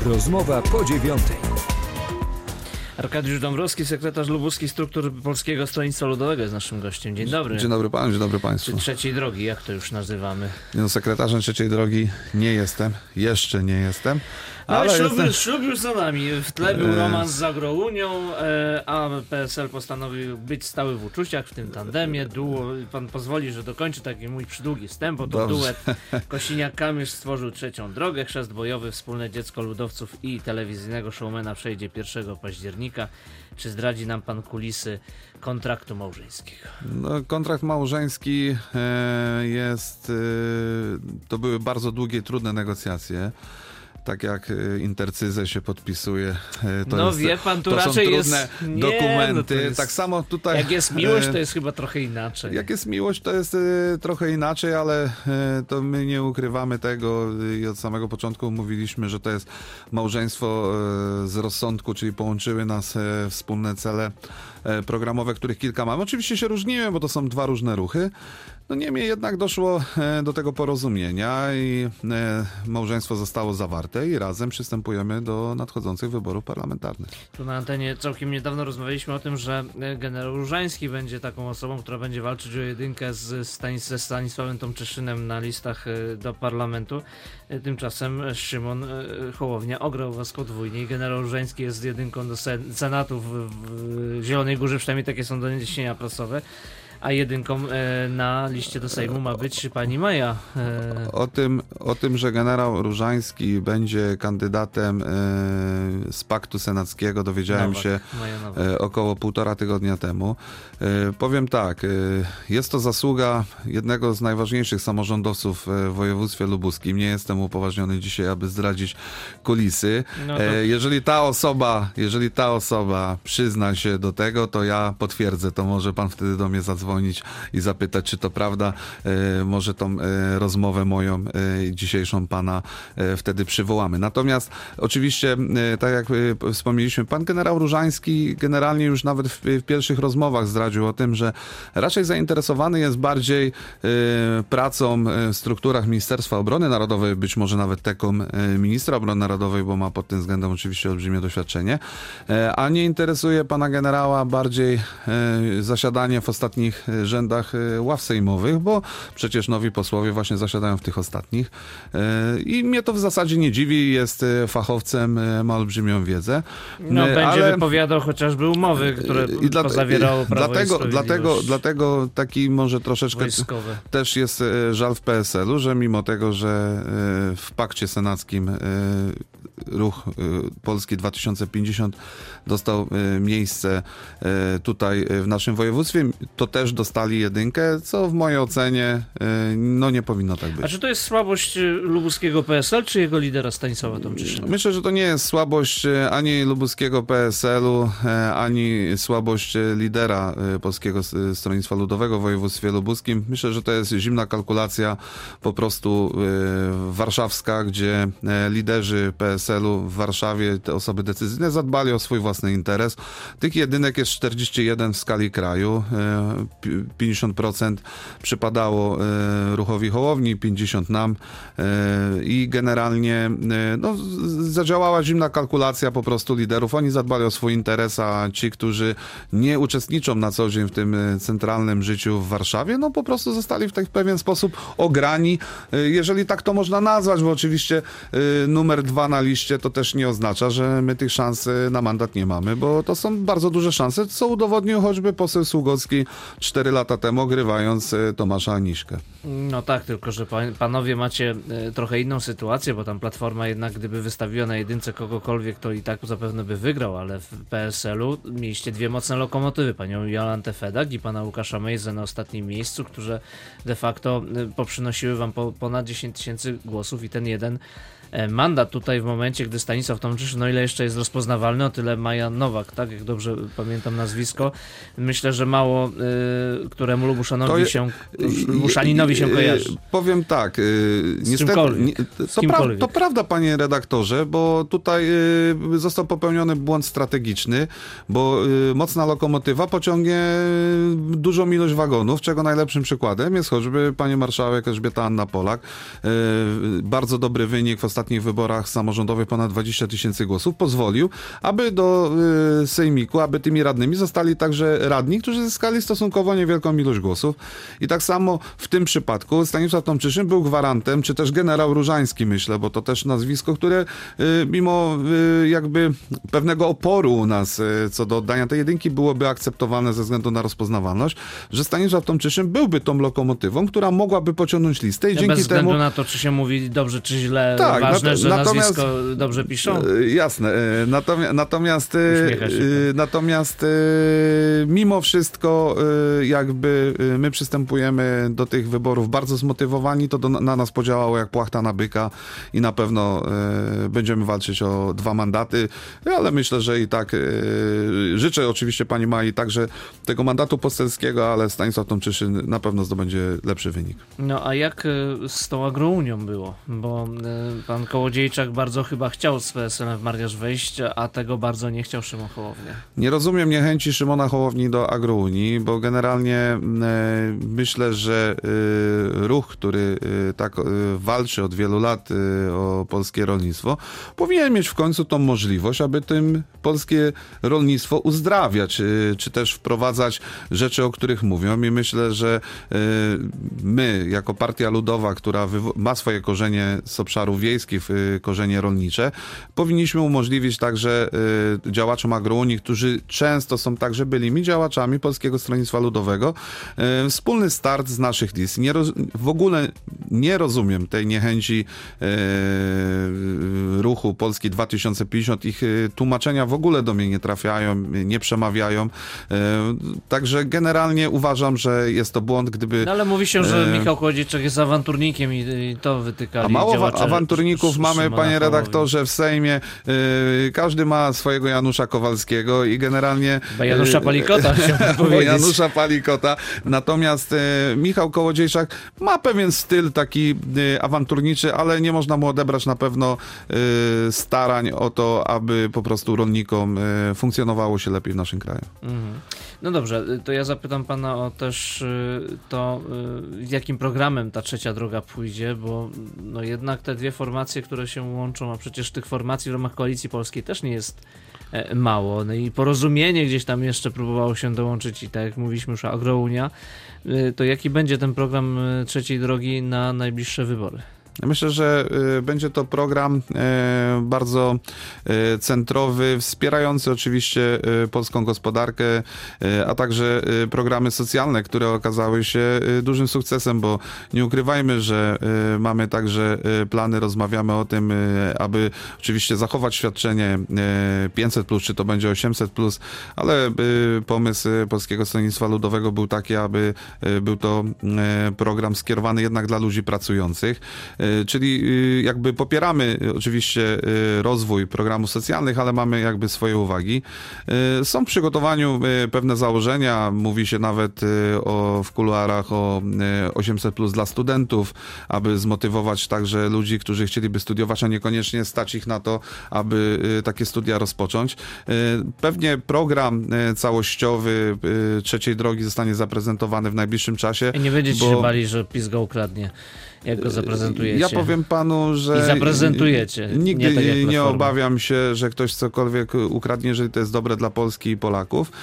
Rozmowa po 9. Arkadiusz Dąbrowski, sekretarz lubuskich struktur Polskiego Stronnictwa Ludowego jest naszym gościem. Dzień dobry. Dzień dobry panu, dzień dobry państwu. Czy trzeciej drogi, jak to już nazywamy? No, sekretarzem trzeciej drogi nie jestem, jeszcze nie jestem. No, ale ślub już za nami. W tle był romans z Agrounią, a PSL postanowił być stały w uczuciach w tym tandemie. Duo, pan pozwoli, że dokończę taki mój przydługi wstęp, bo to Dobrze. duet Kosiniak-Kamysz stworzył trzecią drogę. Chrzest bojowy, wspólne dziecko ludowców i telewizyjnego showmana przejdzie 1 października. Czy zdradzi nam pan kulisy kontraktu małżeńskiego? No, kontrakt małżeński to były bardzo długie, trudne negocjacje. Tak jak intercyzę się podpisuje, wie pan, tu to raczej są trudne jest dokumenty. to jest, tak samo tutaj. Jak jest miłość, to jest chyba trochę inaczej. Jak jest miłość, to jest trochę inaczej, ale to my nie ukrywamy tego i od samego początku mówiliśmy, że to jest małżeństwo z rozsądku, czyli połączyły nas wspólne cele programowe, których kilka mamy. Oczywiście się różniły, bo to są dwa różne ruchy. No niemniej jednak doszło do tego porozumienia i małżeństwo zostało zawarte i razem przystępujemy do nadchodzących wyborów parlamentarnych. Tu na antenie całkiem niedawno rozmawialiśmy o tym, że generał Różański będzie taką osobą, która będzie walczyć o jedynkę ze Stanisławem Tomczyszynem na listach do parlamentu. Tymczasem Szymon Hołownia ograł was podwójnie i generał Różański jest jedynką do Senatu w Zielonej Górze, przynajmniej takie są doniesienia prasowe. A jedynką na liście do Sejmu ma być pani Maja. O tym, że generał Różański będzie kandydatem z paktu senackiego, dowiedziałem się około 1,5 tygodnia temu. Powiem tak, jest to zasługa jednego z najważniejszych samorządowców w województwie lubuskim. Nie jestem upoważniony dzisiaj, aby zdradzić kulisy. Jeżeli ta osoba przyzna się do tego, to ja potwierdzę. To może pan wtedy do mnie zadzwonić i zapytać, czy to prawda. Może tą rozmowę moją dzisiejszą pana wtedy przywołamy. Natomiast oczywiście, tak jak wspomnieliśmy, pan generał Różański generalnie już nawet w pierwszych rozmowach zdradził o tym, że raczej zainteresowany jest bardziej pracą w strukturach Ministerstwa Obrony Narodowej, być może nawet teką ministra obrony narodowej, bo ma pod tym względem oczywiście olbrzymie doświadczenie, a nie interesuje pana generała bardziej zasiadanie w ostatnich rzędach ław sejmowych, bo przecież nowi posłowie właśnie zasiadają w tych ostatnich. I mnie to w zasadzie nie dziwi, jest fachowcem, ma olbrzymią wiedzę. Będzie wypowiadał chociażby umowy, które zawierało Prawo i Sprawiedliwość. Dlatego taki może troszeczkę wojskowe. Też jest żal w PSL-u, że mimo tego, że w pakcie senackim Ruch Polski 2050 dostał miejsce tutaj w naszym województwie, to też dostali jedynkę, co w mojej ocenie nie powinno tak być. A czy to jest słabość lubuskiego PSL, czy jego lidera Stanisława Tomczyszyna? Myślę, że to nie jest słabość ani lubuskiego PSL-u, ani słabość lidera Polskiego Stronnictwa Ludowego w województwie lubuskim. Myślę, że to jest zimna kalkulacja po prostu warszawska, gdzie liderzy PSL-u w Warszawie, te osoby decyzyjne, zadbali o swój własny interes. Tych jedynek jest 41 w skali kraju. 50% przypadało Ruchowi Hołowni, 50% nam i generalnie zadziałała zimna kalkulacja po prostu liderów. Oni zadbali o swój interes, a ci, którzy nie uczestniczą na co dzień w tym centralnym życiu w Warszawie, po prostu zostali w pewien sposób ograni, jeżeli tak to można nazwać, bo oczywiście numer 2 na liście to też nie oznacza, że my tych szans na mandat nie mamy, bo to są bardzo duże szanse, co udowodnił choćby poseł Sługocki 4 lata temu, ogrywając Tomasza Aniśkę. No tak, tylko że panowie macie trochę inną sytuację, bo tam Platforma jednak, gdyby wystawiła na jedynce kogokolwiek, to i tak zapewne by wygrał, ale w PSL-u mieliście dwie mocne lokomotywy, panią Jolantę Fedak i pana Łukasza Mejzę na ostatnim miejscu, które de facto poprzynosiły wam ponad 10 000 głosów i ten jeden mandat tutaj w momencie, gdy Stanisław Tomczyszyn, no ile jeszcze jest rozpoznawalny, o tyle Maja Nowak, tak, jak dobrze pamiętam nazwisko. Myślę, że mało któremu Lubuszaninowi się kojarzy. Powiem tak, niestety, to prawda, panie redaktorze, bo tutaj został popełniony błąd strategiczny, bo mocna lokomotywa pociągnie dużą ilość wagonów, czego najlepszym przykładem jest choćby pani marszałek Elżbieta Anna Polak. Bardzo dobry wynik w ostatnim ostatnich wyborach samorządowych ponad 20 000 głosów, pozwolił, aby do sejmiku, aby tymi radnymi zostali także radni, którzy zyskali stosunkowo niewielką ilość głosów. I tak samo w tym przypadku Stanisław Tomczyszyn był gwarantem, czy też generał Różański, myślę, bo to też nazwisko, które mimo jakby pewnego oporu u nas co do oddania tej jedynki byłoby akceptowane ze względu na rozpoznawalność, że Stanisław Tomczyszyn byłby tą lokomotywą, która mogłaby pociągnąć listę i dzięki bez względu temu... na to, czy się mówi dobrze, czy źle, Tak, ważne, że natomiast, nazwisko dobrze piszą. Jasne. Natomiast mimo wszystko jakby my przystępujemy do tych wyborów bardzo zmotywowani, to na nas podziałało jak płachta na byka i na pewno będziemy walczyć o 2 mandaty, ale myślę, że i tak życzę oczywiście pani Mai także tego mandatu poselskiego, ale Stanisław Tomczyszyn na pewno zdobędzie lepszy wynik. No a jak z tą Agrounią było? Bo pan Kołodziejczak bardzo chyba chciał z PSL-em w mariaż wejść, a tego bardzo nie chciał Szymon Hołownia. Nie rozumiem niechęci Szymona Hołowni do Agrounii, bo generalnie myślę, że ruch, który tak walczy od wielu lat o polskie rolnictwo, powinien mieć w końcu tą możliwość, aby tym polskie rolnictwo uzdrawiać, czy też wprowadzać rzeczy, o których mówią. I myślę, że my, jako Partia Ludowa, która ma swoje korzenie z obszarów wiejskich, korzenie rolnicze, powinniśmy umożliwić także działaczom Agrounii, którzy często są także byłymi działaczami Polskiego Stronnictwa Ludowego, wspólny start z naszych list. W ogóle nie rozumiem tej niechęci ruchu Polski 2050. Ich tłumaczenia w ogóle do mnie nie trafiają, nie przemawiają. Także generalnie uważam, że jest to błąd, gdyby... No ale mówi się, że Michał Kołodziejczak jest awanturnikiem i to wytykali. A mało awanturników mamy, panie redaktorze, w Sejmie. Każdy ma swojego Janusza Kowalskiego i generalnie... Janusza Palikota, chciałbym powiedzieć. Janusza Palikota. Natomiast Michał Kołodziejczak ma pewien styl taki awanturniczy, ale nie można mu odebrać na pewno starań o to, aby po prostu rolnikom funkcjonowało się lepiej w naszym kraju. No dobrze, to ja zapytam pana o też to, jakim programem ta trzecia droga pójdzie, bo no jednak te dwie formacje, które się łączą, a przecież tych formacji w ramach Koalicji Polskiej też nie jest mało. No i Porozumienie gdzieś tam jeszcze próbowało się dołączyć i tak jak mówiliśmy już Agrounia, to jaki będzie ten program trzeciej drogi na najbliższe wybory? Myślę, że będzie to program bardzo centrowy, wspierający oczywiście polską gospodarkę, a także programy socjalne, które okazały się dużym sukcesem, bo nie ukrywajmy, że mamy także plany, rozmawiamy o tym, aby oczywiście zachować świadczenie 500+, czy to będzie 800+, ale pomysł Polskiego Stronnictwa Ludowego był taki, aby był to program skierowany jednak dla ludzi pracujących. Czyli jakby popieramy oczywiście rozwój programów socjalnych, ale mamy jakby swoje uwagi. Są w przygotowaniu pewne założenia, mówi się nawet w kuluarach o 800+ dla studentów, aby zmotywować także ludzi, którzy chcieliby studiować, a niekoniecznie stać ich na to, aby takie studia rozpocząć. Pewnie program całościowy trzeciej drogi zostanie zaprezentowany w najbliższym czasie. I nie będziecie się bali, że PiS go ukradnie. Jak go zaprezentujecie? Ja powiem panu, że... I zaprezentujecie. Nigdy nie obawiam się, że ktoś cokolwiek ukradnie, jeżeli to jest dobre dla Polski i Polaków.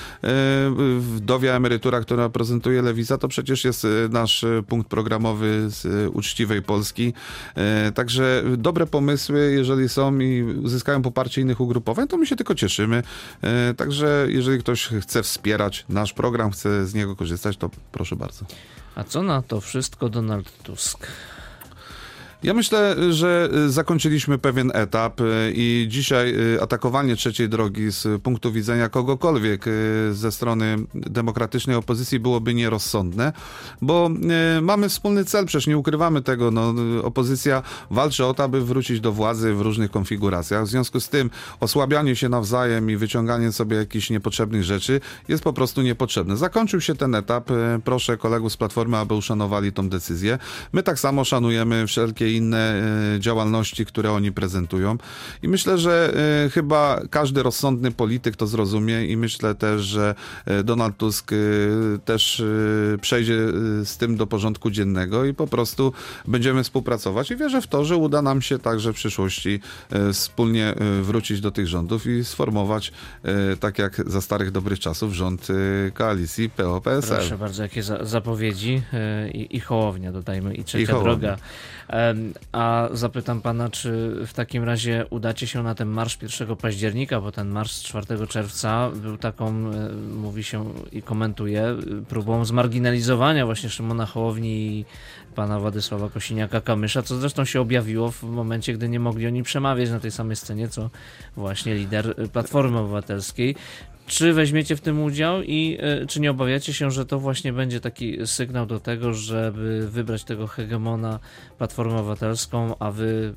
Wdowia emerytura, która prezentuje Lewica, to przecież jest nasz punkt programowy z uczciwej Polski. Także dobre pomysły, jeżeli są i uzyskają poparcie innych ugrupowań, to my się tylko cieszymy. Także jeżeli ktoś chce wspierać nasz program, chce z niego korzystać, to proszę bardzo. A co na to wszystko Donald Tusk? Ja myślę, że zakończyliśmy pewien etap i dzisiaj atakowanie trzeciej drogi z punktu widzenia kogokolwiek ze strony demokratycznej opozycji byłoby nierozsądne, bo mamy wspólny cel, przecież nie ukrywamy tego. No, opozycja walczy o to, aby wrócić do władzy w różnych konfiguracjach. W związku z tym osłabianie się nawzajem i wyciąganie sobie jakichś niepotrzebnych rzeczy jest po prostu niepotrzebne. Zakończył się ten etap. Proszę kolegów z Platformy, aby uszanowali tą decyzję. My tak samo szanujemy wszelkie wszystkie inne działalności, które oni prezentują. I myślę, że chyba każdy rozsądny polityk to zrozumie i myślę też, że Donald Tusk też przejdzie z tym do porządku dziennego i po prostu będziemy współpracować i wierzę w to, że uda nam się także w przyszłości wspólnie wrócić do tych rządów i sformować, tak jak za starych dobrych czasów, rząd koalicji PO-PSL. Proszę bardzo, jakie zapowiedzi i Hołownia, dodajmy, i Trzecia Droga. A zapytam pana, czy w takim razie udacie się na ten marsz 1 października, bo ten marsz z 4 czerwca był taką, mówi się i komentuje, próbą zmarginalizowania właśnie Szymona Hołowni i pana Władysława Kosiniaka-Kamysza, co zresztą się objawiło w momencie, gdy nie mogli oni przemawiać na tej samej scenie, co właśnie lider Platformy Obywatelskiej. Czy weźmiecie w tym udział i czy nie obawiacie się, że to właśnie będzie taki sygnał do tego, żeby wybrać tego hegemona Platformę Obywatelską, a wy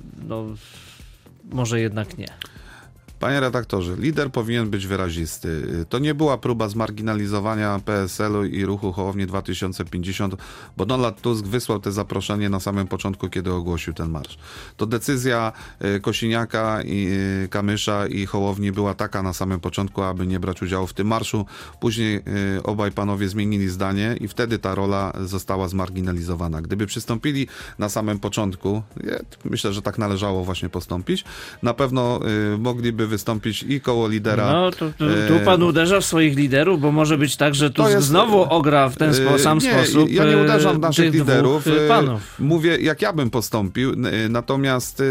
może jednak nie? Panie redaktorze, lider powinien być wyrazisty. To nie była próba zmarginalizowania PSL-u i ruchu Hołowni 2050, bo Donald Tusk wysłał te zaproszenie na samym początku, kiedy ogłosił ten marsz. To decyzja Kosiniaka, i Kamysza i Hołowni była taka na samym początku, aby nie brać udziału w tym marszu. Później obaj panowie zmienili zdanie i wtedy ta rola została zmarginalizowana. Gdyby przystąpili na samym początku, myślę, że tak należało właśnie postąpić, na pewno mogliby wystąpić i koło lidera. No, tu pan uderza w swoich liderów, bo może być tak, że Tusk znowu ogra w ten sam sposób. Ja nie uderzam w naszych liderów. Panów. Mówię, jak ja bym postąpił, natomiast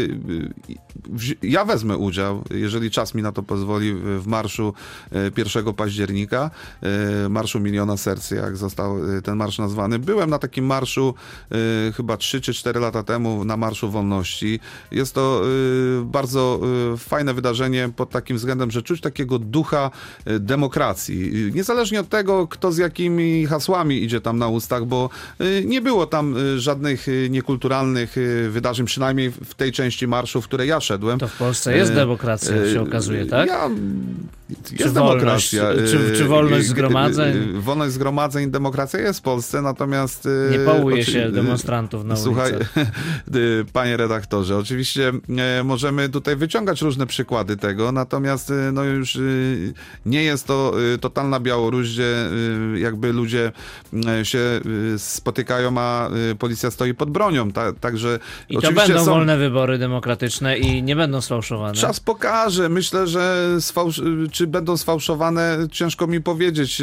ja wezmę udział, jeżeli czas mi na to pozwoli, w marszu 1 października, Marszu Miliona Serc, jak został ten marsz nazwany. Byłem na takim marszu chyba 3 czy 4 lata temu, na Marszu Wolności. Jest to bardzo fajne wydarzenie pod takim względem, że czuć takiego ducha demokracji. Niezależnie od tego, kto z jakimi hasłami idzie tam na ustach, bo nie było tam żadnych niekulturalnych wydarzeń, przynajmniej w tej części marszu, w której ja szedłem. To w Polsce jest demokracja, się okazuje, tak? Jest demokracja. Czy wolność zgromadzeń? Wolność zgromadzeń, demokracja jest w Polsce, natomiast... Nie połuje się demonstrantów na ulicach. Słuchaj, panie redaktorze, oczywiście możemy tutaj wyciągać różne przykłady tego, natomiast no już nie jest to totalna Białoruś, gdzie jakby ludzie się spotykają, a policja stoi pod bronią. Także i to będą wolne wybory demokratyczne i nie będą sfałszowane. Czas pokaże. Myślę, że czy będą sfałszowane, ciężko mi powiedzieć.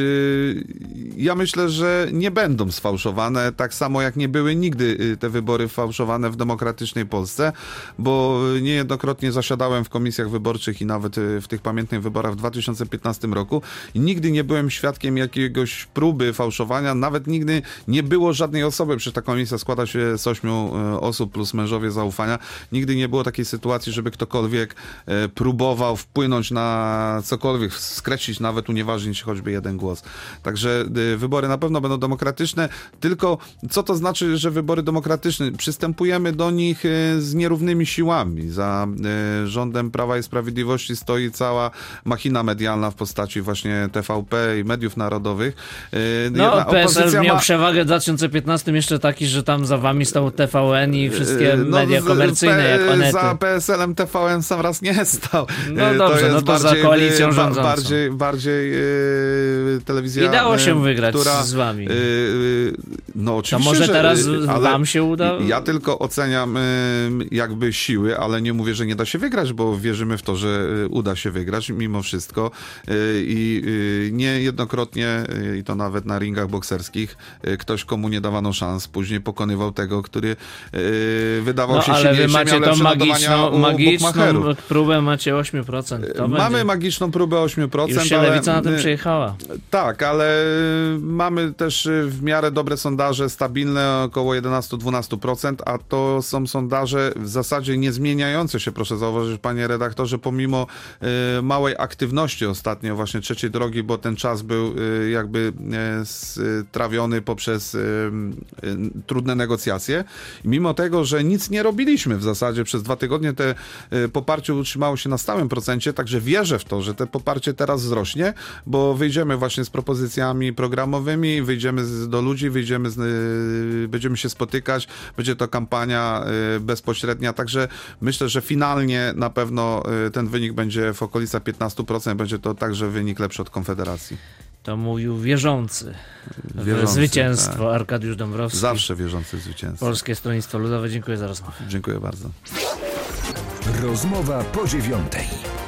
Ja myślę, że nie będą sfałszowane, tak samo jak nie były nigdy te wybory fałszowane w demokratycznej Polsce, bo niejednokrotnie zasiadałem w komisjach wyborczych i nawet w tych pamiętnych wyborach w 2015 roku i nigdy nie byłem świadkiem jakiegoś próby fałszowania, nawet nigdy nie było żadnej osoby, przecież ta komisja składa się z 8 osób plus mężowie zaufania, nigdy nie było takiej sytuacji, żeby ktokolwiek próbował wpłynąć na cokolwiek, skreślić, nawet unieważnić choćby jeden głos. Także wybory na pewno będą demokratyczne, tylko co to znaczy, że wybory demokratyczne? Przystępujemy do nich z nierównymi siłami. Za rządem Prawa i Sprawiedliwości stoi cała machina medialna w postaci właśnie TVP i mediów narodowych. No, PSL miał przewagę w 2015 jeszcze taki, że tam za wami stał TVN i wszystkie media komercyjne, jak Onety. Za PSL-em TVN sam raz nie stał. No dobrze, to bardziej, za koalicją rządzącą. Bardziej telewizja, i dało się wygrać z wami. No oczywiście, to może teraz wam się uda? Ja tylko oceniam jakby siły, ale nie mówię, że nie da się wygrać, bo wierzymy w to, że uda się wygrać mimo wszystko i niejednokrotnie, i to nawet na ringach bokserskich, ktoś, komu nie dawano szans, później pokonywał tego, który wydawał się silniejszy, macie miał tą magiczną próbę, macie 8%. Mamy magiczną próbę 8%. Już się Lewica na tym przejechała. Tak, ale mamy też w miarę dobre sondaże, stabilne, około 11-12%, a to są sondaże w zasadzie nie zmieniające się, proszę zauważyć, panie redaktorze, pomimo małej aktywności ostatnio właśnie Trzeciej Drogi, bo ten czas był jakby strawiony poprzez trudne negocjacje. Mimo tego, że nic nie robiliśmy w zasadzie przez 2 tygodnie, te poparcie utrzymało się na stałym procencie, także wierzę w to, że te poparcie teraz wzrośnie, bo wyjdziemy właśnie z propozycjami programowymi, wyjdziemy do ludzi, będziemy się spotykać, będzie to kampania bezpośrednia, także myślę, że finalnie na pewno ten wynik będzie w okolicach 15%, będzie to także wynik lepszy od Konfederacji. To mówił wierzący w zwycięstwo tak. Arkadiusz Dąbrowski. Zawsze wierzący w zwycięstwo. Polskie Stronnictwo Ludowe. Dziękuję za rozmowę. Dziękuję bardzo. Rozmowa po 9:00.